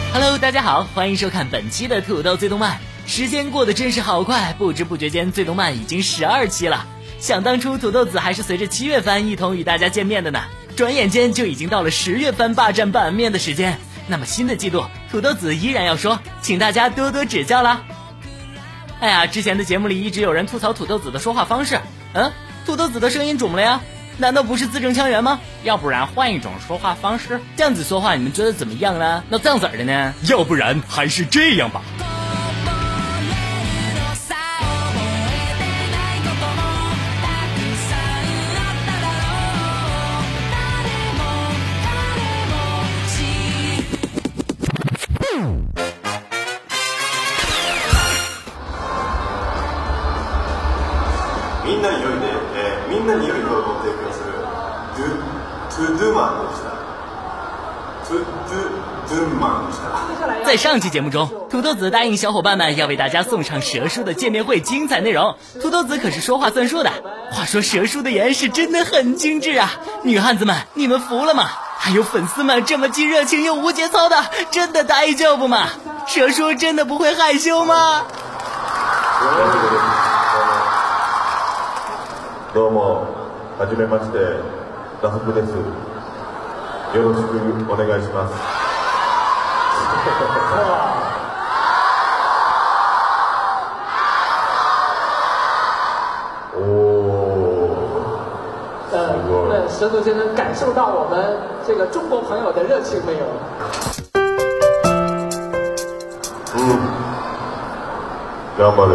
Hello， 大家好，欢迎收看本期的土豆最动漫。时间过得真是好快，不知不觉间最动漫已经12期了。想当初土豆子还是随着7月番一同与大家见面的呢，转眼间就已经到了10月番霸占版面的时间。那么新的季度，土豆子依然要说，请大家多多指教啦。哎呀，之前的节目里一直有人吐槽土豆子的说话方式，土豆子的声音肿了呀？难道不是字正腔圆吗？要不然换一种说话方式，这样子说话你们觉得怎么样呢？那这样子的呢？ 要不然还是这样吧。 みんなに良いで、みんなに良い動画を提供するトゥドゥマンでした。トゥドゥマンでした。 在上期节目中，土豆子答应小伙伴们要为大家送上蛇叔的见面会精彩内容。土豆子可是说话算数的，话说蛇叔的颜是真的很精致啊！女汉子们，你们服了吗？还有粉丝们这么既热情又无节操的，真的大丈夫吗？蛇叔真的不会害羞吗？ どうも、はじめまして、ダフクです。よろしくお願いします。 那蛇头先生感受到我们这个中国朋友的热情没有？ 頑張る。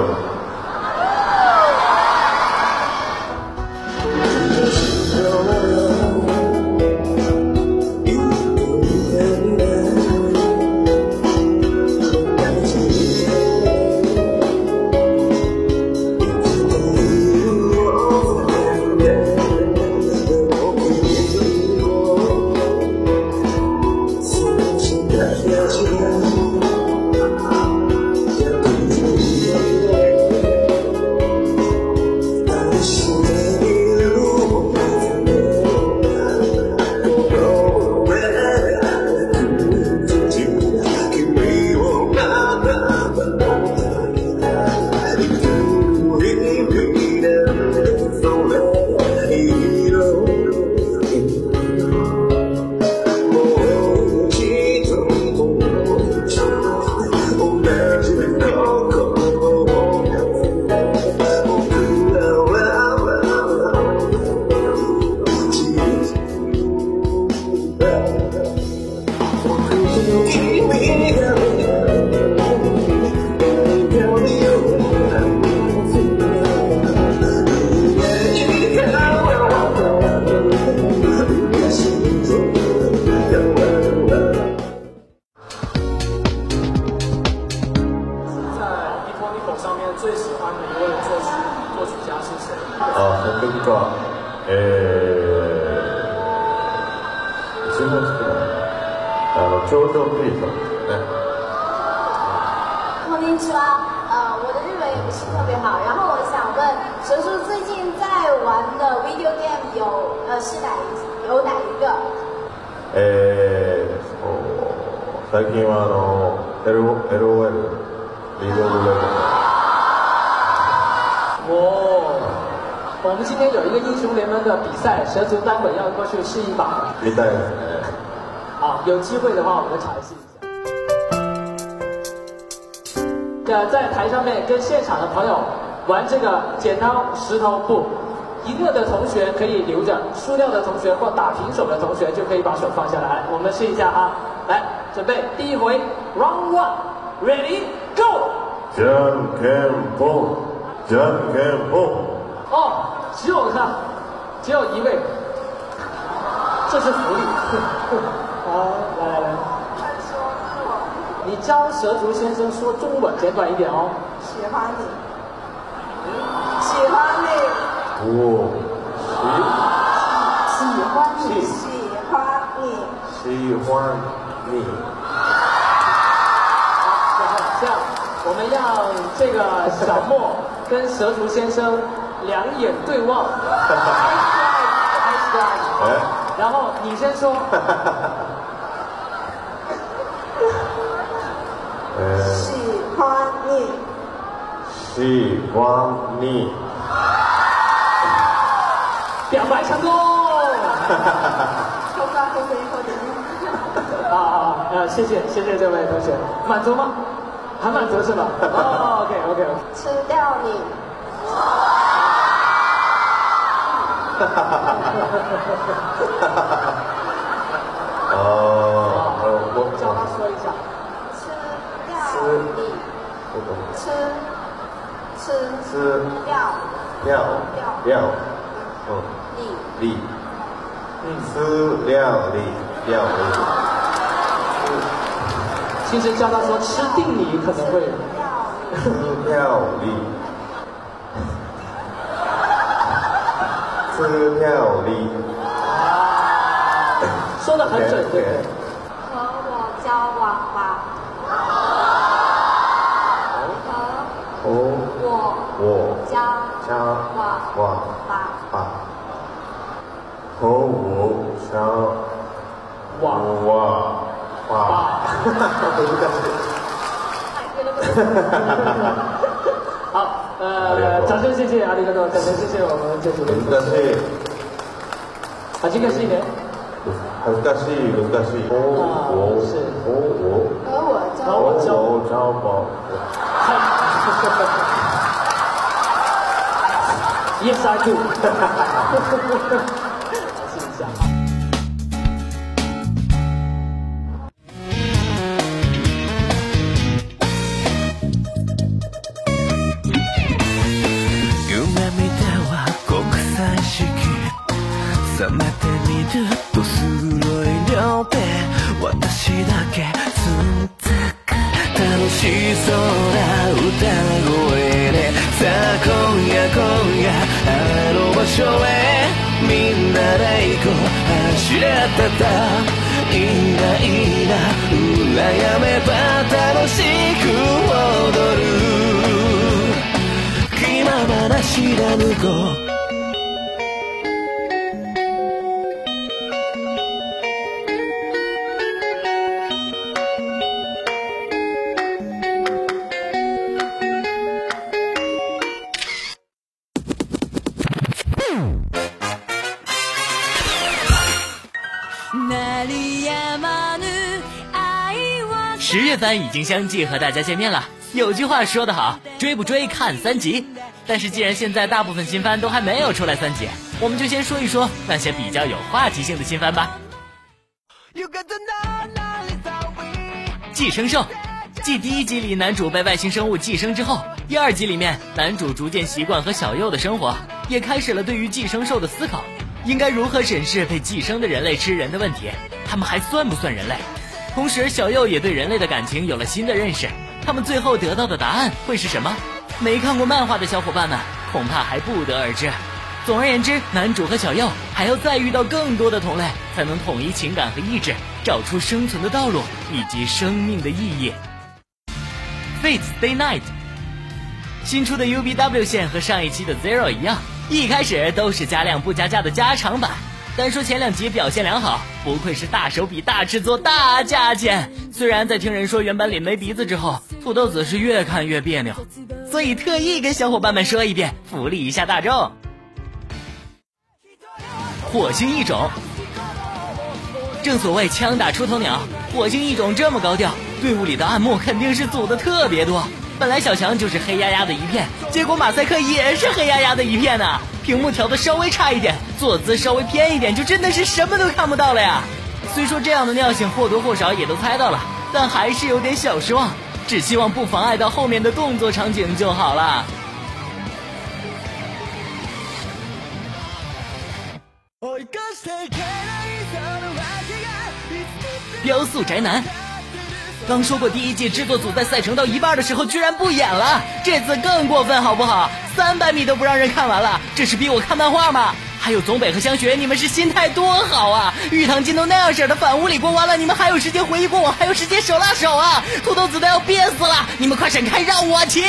こんにちは，我的日文也不是特别好，然后我想问蛇叔最近在玩的 video game 是哪一个？ 最近はLOL リーグオブレジェン哦，我们今天有一个英雄联盟的比赛，蛇族待会要过去试一把。 ド。見たいですね。 好，有机会的话我们尝试一下。在台上面跟现场的朋友玩这个剪刀石头布，赢了的同学可以留着，输掉的同学或打平手的同学就可以把手放下来。我们试一下啊，来，准备第一回 ，Round One，Ready Go！ じゃんけんぽん、じゃんけんぽん。 哦，只有他，只有一位，这是福利。好，来。你教蛇族先生说中文，简短一点哦。 喜欢你，喜欢你。 お喜欢你，喜欢你， 喜欢你。 这样，我们让这个小莫跟蛇族先生两眼对望，然后你先说。 喜欢你， 喜欢你， 表白成功。 好吧，好的，好的。 谢谢这位同学，满足吗？还满足是吧？哦 ，OK。 吃掉你。 我叫他说一下。 吃掉你。吃掉。你。 吃料理，料理。 其实叫他说吃定你可能会。 吃料理。吃料理。 说得很准，对。 和我交往吧。和我交往吧。和我交往吧。 好，掌声谢谢阿里嘎多，掌声谢谢我们这组的。 難しい。 恥ずかしいね。 恥ずかしい。 是。 和我交往。 Yes, I do. 试一下。 夢見ては国際式覚めてみると黒い両手私だけつんつく楽しそうな歌声でさあ今夜あの場所へみんなで行こう走れたたいいな羨めば楽しく踊る気ままな知らぬ子 10月番已经相继和大家见面了。有句话说得好，追不追看3集。但是既然现在大部分新番都还没有出来3集，我们就先说一说那些比较有话题性的新番吧。寄生兽，继第1集里男主被外星生物寄生之后，第2集里面男主逐渐习惯和小右的生活，也开始了对于寄生兽的思考，应该如何审视被寄生的人类吃人的问题，他们还算不算人类？同时小右也对人类的感情有了新的认识，他们最后得到的答案会是什么？没看过漫画的小伙伴们恐怕还不得而知。总而言之，男主和小右还要再遇到更多的同类，才能统一情感和意志，找出生存的道路以及生命的意义。 Fate Stay Night 新出的 UBW 线和上一期的 Zero 一样，一开始都是加量不加价的加长版。单说前2集表现良好，不愧是大手笔大制作大价钱。虽然在听人说原版里没鼻子之后，土豆子是越看越别扭，所以特意跟小伙伴们说一遍，福利一下大众。火星异种，正所谓枪打出头鸟，火星异种这么高调，队伍里的暗幕肯定是组的特别多。本来小强就是黑压压的一片，结果马赛克也是黑压压的一片啊！屏幕调的稍微差一点，坐姿稍微偏一点，就真的是什么都看不到了呀。虽说这样的尿性或多或少也都猜到了，但还是有点小失望，只希望不妨碍到后面的动作场景就好了。雕塑宅男，刚说过第1季制作组在赛程到一半的时候居然不演了，这次更过分好不好？300米都不让人看完了，这是逼我看漫画吗？还有总北和香雪，你们是心态多好啊！玉堂金都那样式的反无理过完了，你们还有时间回忆过往，还有时间手拉手啊！土豆子都要憋死了，你们快闪开，让我骑！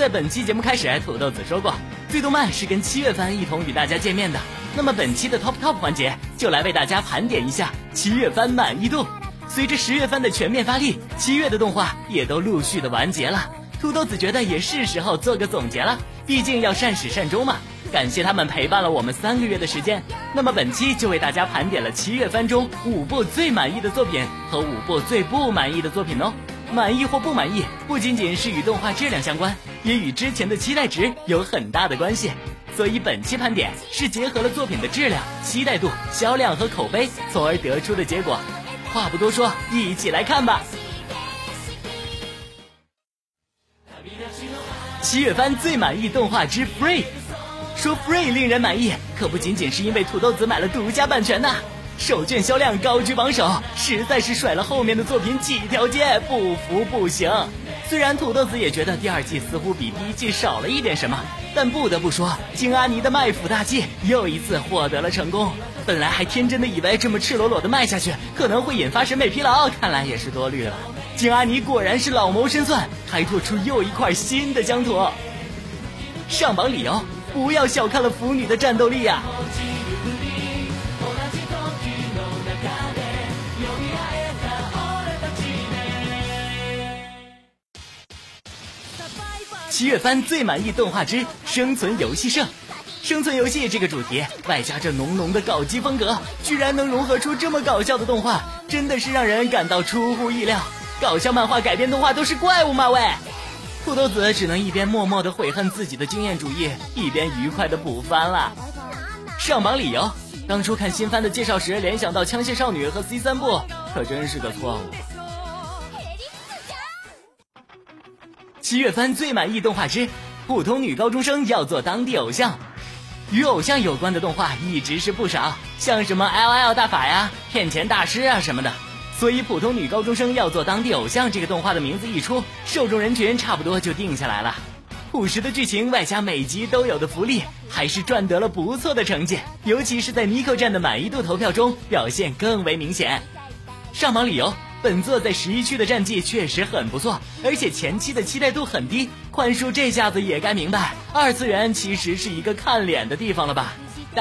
在本期节目开始，土豆子说过，最动漫是跟7月番一同与大家见面的。那么本期的 Top 环节就来为大家盘点一下7月番满意度。随着10月番的全面发力，7月的动画也都陆续的完结了。土豆子觉得也是时候做个总结了，毕竟要善始善终嘛。感谢他们陪伴了我们3个月的时间。那么本期就为大家盘点了7月番中5部最满意的作品和5部最不满意的作品哦。满意或不满意，不仅仅是与动画质量相关，也与之前的期待值有很大的关系。所以本期盘点是结合了作品的质量、期待度、销量和口碑，从而得出的结果。话不多说，一起来看吧。7月番最满意动画之 Free。 说 Free 令人满意，可不仅仅是因为土豆子买了独家版权呐。首卷销量高居榜首，实在是甩了后面的作品几条街，不服不行。虽然土豆子也觉得第2季似乎比第1季少了一点什么，但不得不说，京阿尼的卖腐大计又一次获得了成功。本来还天真的以为这么赤裸裸的卖下去可能会引发审美疲劳，看来也是多虑了。京阿尼果然是老谋深算，开拓出又一块新的疆土。上榜理由，不要小看了腐女的战斗力呀。7月番最满意动画之生存游戏社。生存游戏这个主题，外加这浓浓的搞基风格，居然能融合出这么搞笑的动画，真的是让人感到出乎意料。搞笑漫画改编动画都是怪物吗喂？土豆子只能一边默默的悔恨自己的经验主义，一边愉快的补番了。上榜理由，当初看新番的介绍时联想到枪械少女和 C3 部，可真是个错误。7月番最满意动画之普通女高中生要做当地偶像。与偶像有关的动画一直是不少，像什么 LL 大法呀、骗钱大师啊什么的。所以普通女高中生要做当地偶像这个动画的名字一出，受众人群差不多就定下来了。朴实的剧情外加每集都有的福利，还是赚得了不错的成绩，尤其是在 Nico 站的满意度投票中表现更为明显。上榜理由，本作在11区的战绩确实很不错，而且前期的期待度很低，宽恕这下子也该明白二次元其实是一个看脸的地方了吧。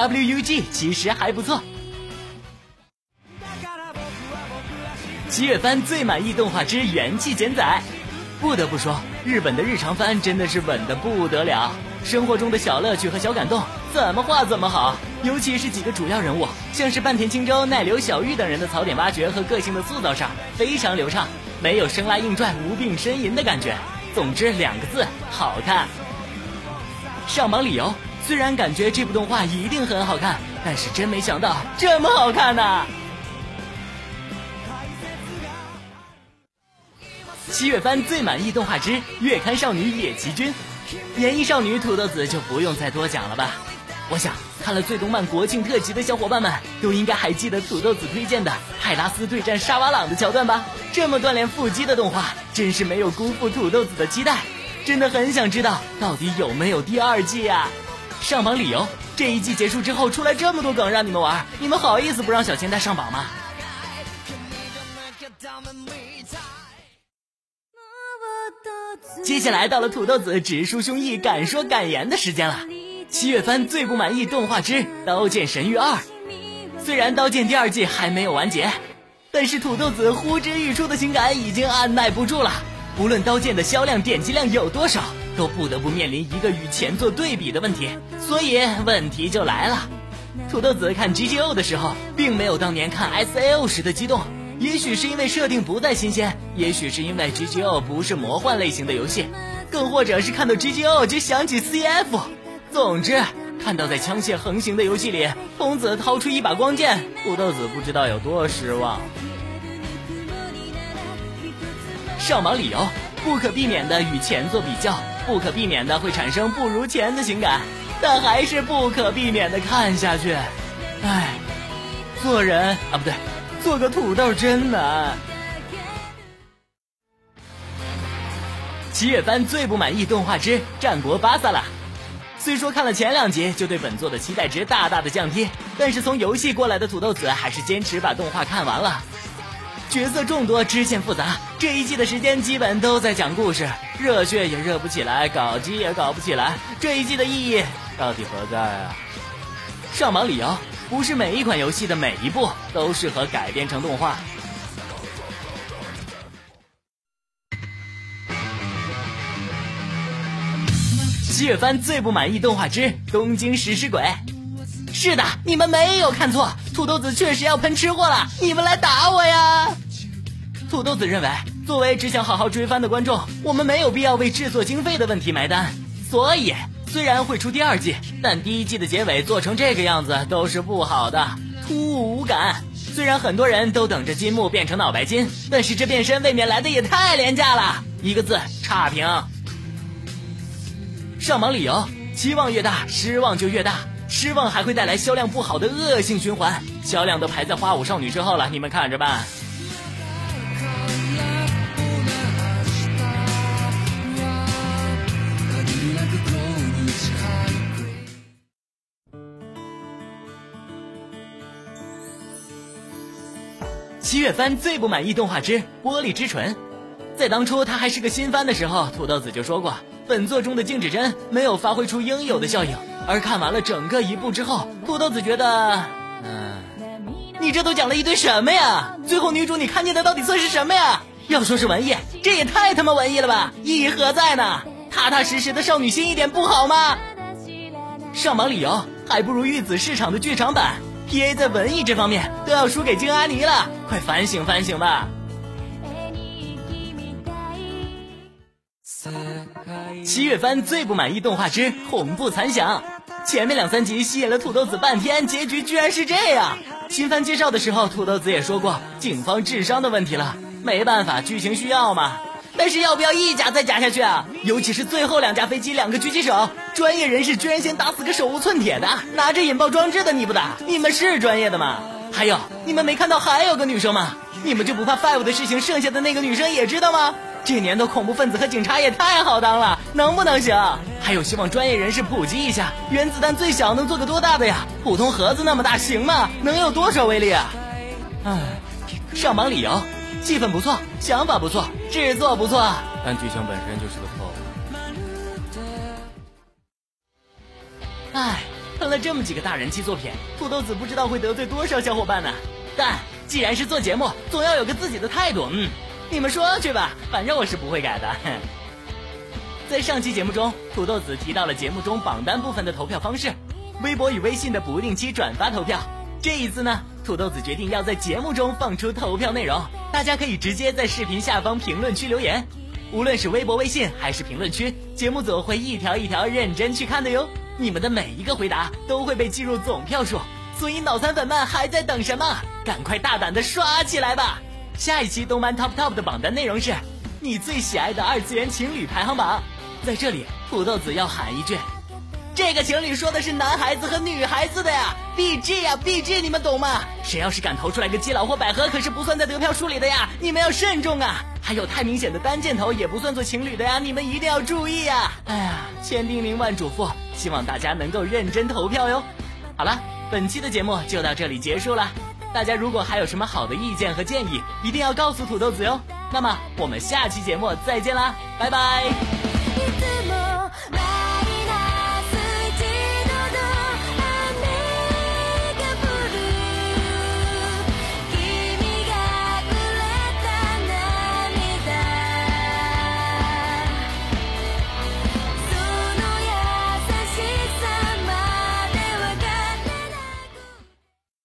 WUG 其实还不错。7月番最满意动画之元气减载。不得不说，日本的日常番真的是稳得不得了，生活中的小乐趣和小感动怎么画怎么好，尤其是几个主要人物，像是半田清舟、奈流小玉等人的槽点挖掘和个性的塑造上非常流畅，没有生拉硬拽无病呻吟的感觉。总之2个字，好看。上榜理由，虽然感觉这部动画一定很好看，但是真没想到这么好看呢。7月番最满意动画之月刊少女野崎君。演艺少女土豆子就不用再多讲了吧。我想看了最动漫国庆特辑的小伙伴们都应该还记得土豆子推荐的泰拉斯对战沙瓦朗的桥段吧。这么锻炼腹肌的动画真是没有辜负土豆子的期待，真的很想知道到底有没有第2季啊。上榜理由，这一季结束之后出来这么多梗让你们玩，你们好意思不让小千代上榜吗？接下来到了土豆子直抒胸臆敢说敢言的时间了。7月番最不满意动画之刀剑神域2。虽然刀剑第2季还没有完结，但是土豆子呼之欲出的情感已经按耐不住了。无论刀剑的销量点击量有多少，都不得不面临一个与前作对比的问题，所以问题就来了。土豆子看 GGO 的时候并没有当年看 SAO 时的激动，也许是因为设定不再新鲜，也许是因为 GGO 不是魔幻类型的游戏，更或者是看到 GGO 就想起 CF。 总之看到在枪械横行的游戏里童子掏出一把光剑，土豆子不知道有多失望。上榜理由，不可避免的与前作比较，不可避免的会产生不如前的情感，但还是不可避免的看下去。唉，做人啊不对，做个土豆真难。7月番最不满意动画之战国巴萨拉。虽说看了前2集就对本作的期待值大大的降低，但是从游戏过来的土豆子还是坚持把动画看完了。角色众多，支线复杂， 这一季的时间基本都在讲故事，热血也热不起来，搞基也搞不起来，这一季的意义到底何在啊？上榜理由，不是每一款游戏的每一步都适合改编成动画。7月番最不满意动画之东京食尸鬼。是的，你们没有看错，土豆子确实要喷吃货了，你们来打我呀！土豆子认为，作为只想好好追番的观众，我们没有必要为制作经费的问题买单，所以虽然会出第2季，但第1季的结尾做成这个样子都是不好的，突兀无感。虽然很多人都等着金木变成脑白金，但是这变身未免来的也太廉价了，一个字，差评。上榜理由，期望越大失望就越大，失望还会带来销量不好的恶性循环，销量都排在花舞少女之后了，你们看着办。7月番最不满意动画之玻璃之唇。在当初它还是个新番的时候，土豆子就说过，本作中的静止针没有发挥出应有的效应，而看完了整个一部之后，土豆子觉得你这都讲了一堆什么呀？最后女主你看见的到底算是什么呀？要说是文艺，这也太他妈文艺了吧，意义何在呢？踏踏实实的少女心一点不好吗？上榜理由，还不如玉子市场的剧场版， PA 在文艺这方面都要输给京阿尼了，快反省反省吧。7月番最不满意动画之恐怖残响。前面2、3集吸引了土豆子半天，结局居然是这样。新番介绍的时候，土豆子也说过警方智商的问题了，没办法，剧情需要嘛。但是要不要一夹再夹下去啊？尤其是最后2架飞机2个狙击手，专业人士居然先打死个手无寸铁的，拿着引爆装置的你不打，你们是专业的吗？还有，你们没看到还有个女生吗？你们就不怕 Five 的事情剩下的那个女生也知道吗？这年头恐怖分子和警察也太好当了，能不能行？还有希望专业人士普及一下，原子弹最小能做个多大的呀？普通盒子那么大行吗？能有多少威力啊？上榜理由，气氛不错，想法不错，制作不错，但剧情本身就是个错误。喷了这么几个大人气作品，土豆子不知道会得罪多少小伙伴呢。但既然是做节目，总要有个自己的态度，你们说去吧，反正我是不会改的。在上期节目中，土豆子提到了节目中榜单部分的投票方式，微博与微信的不定期转发投票。这一次呢，土豆子决定要在节目中放出投票内容，大家可以直接在视频下方评论区留言，无论是微博、微信还是评论区，节目组会一条一条认真去看的哟。你们的每一个回答都会被计入总票数，所以脑残粉们还在等什么？赶快大胆的刷起来吧！下一期动漫 Top 的榜单内容是你最喜爱的2次元情侣排行榜。在这里，土豆子要喊一句，这个情侣说的是男孩子和女孩子的呀 ，BG 呀 BG， 你们懂吗？谁要是敢投出来个基佬或百合，可是不算在得票数里的呀，你们要慎重啊！还有太明显的单箭头也不算做情侣的呀，你们一定要注意呀！千叮咛万嘱咐，希望大家能够认真投票哟。好了，本期的节目就到这里结束了。大家如果还有什么好的意见和建议，一定要告诉土豆子哟。那么我们下期节目再见啦，拜拜。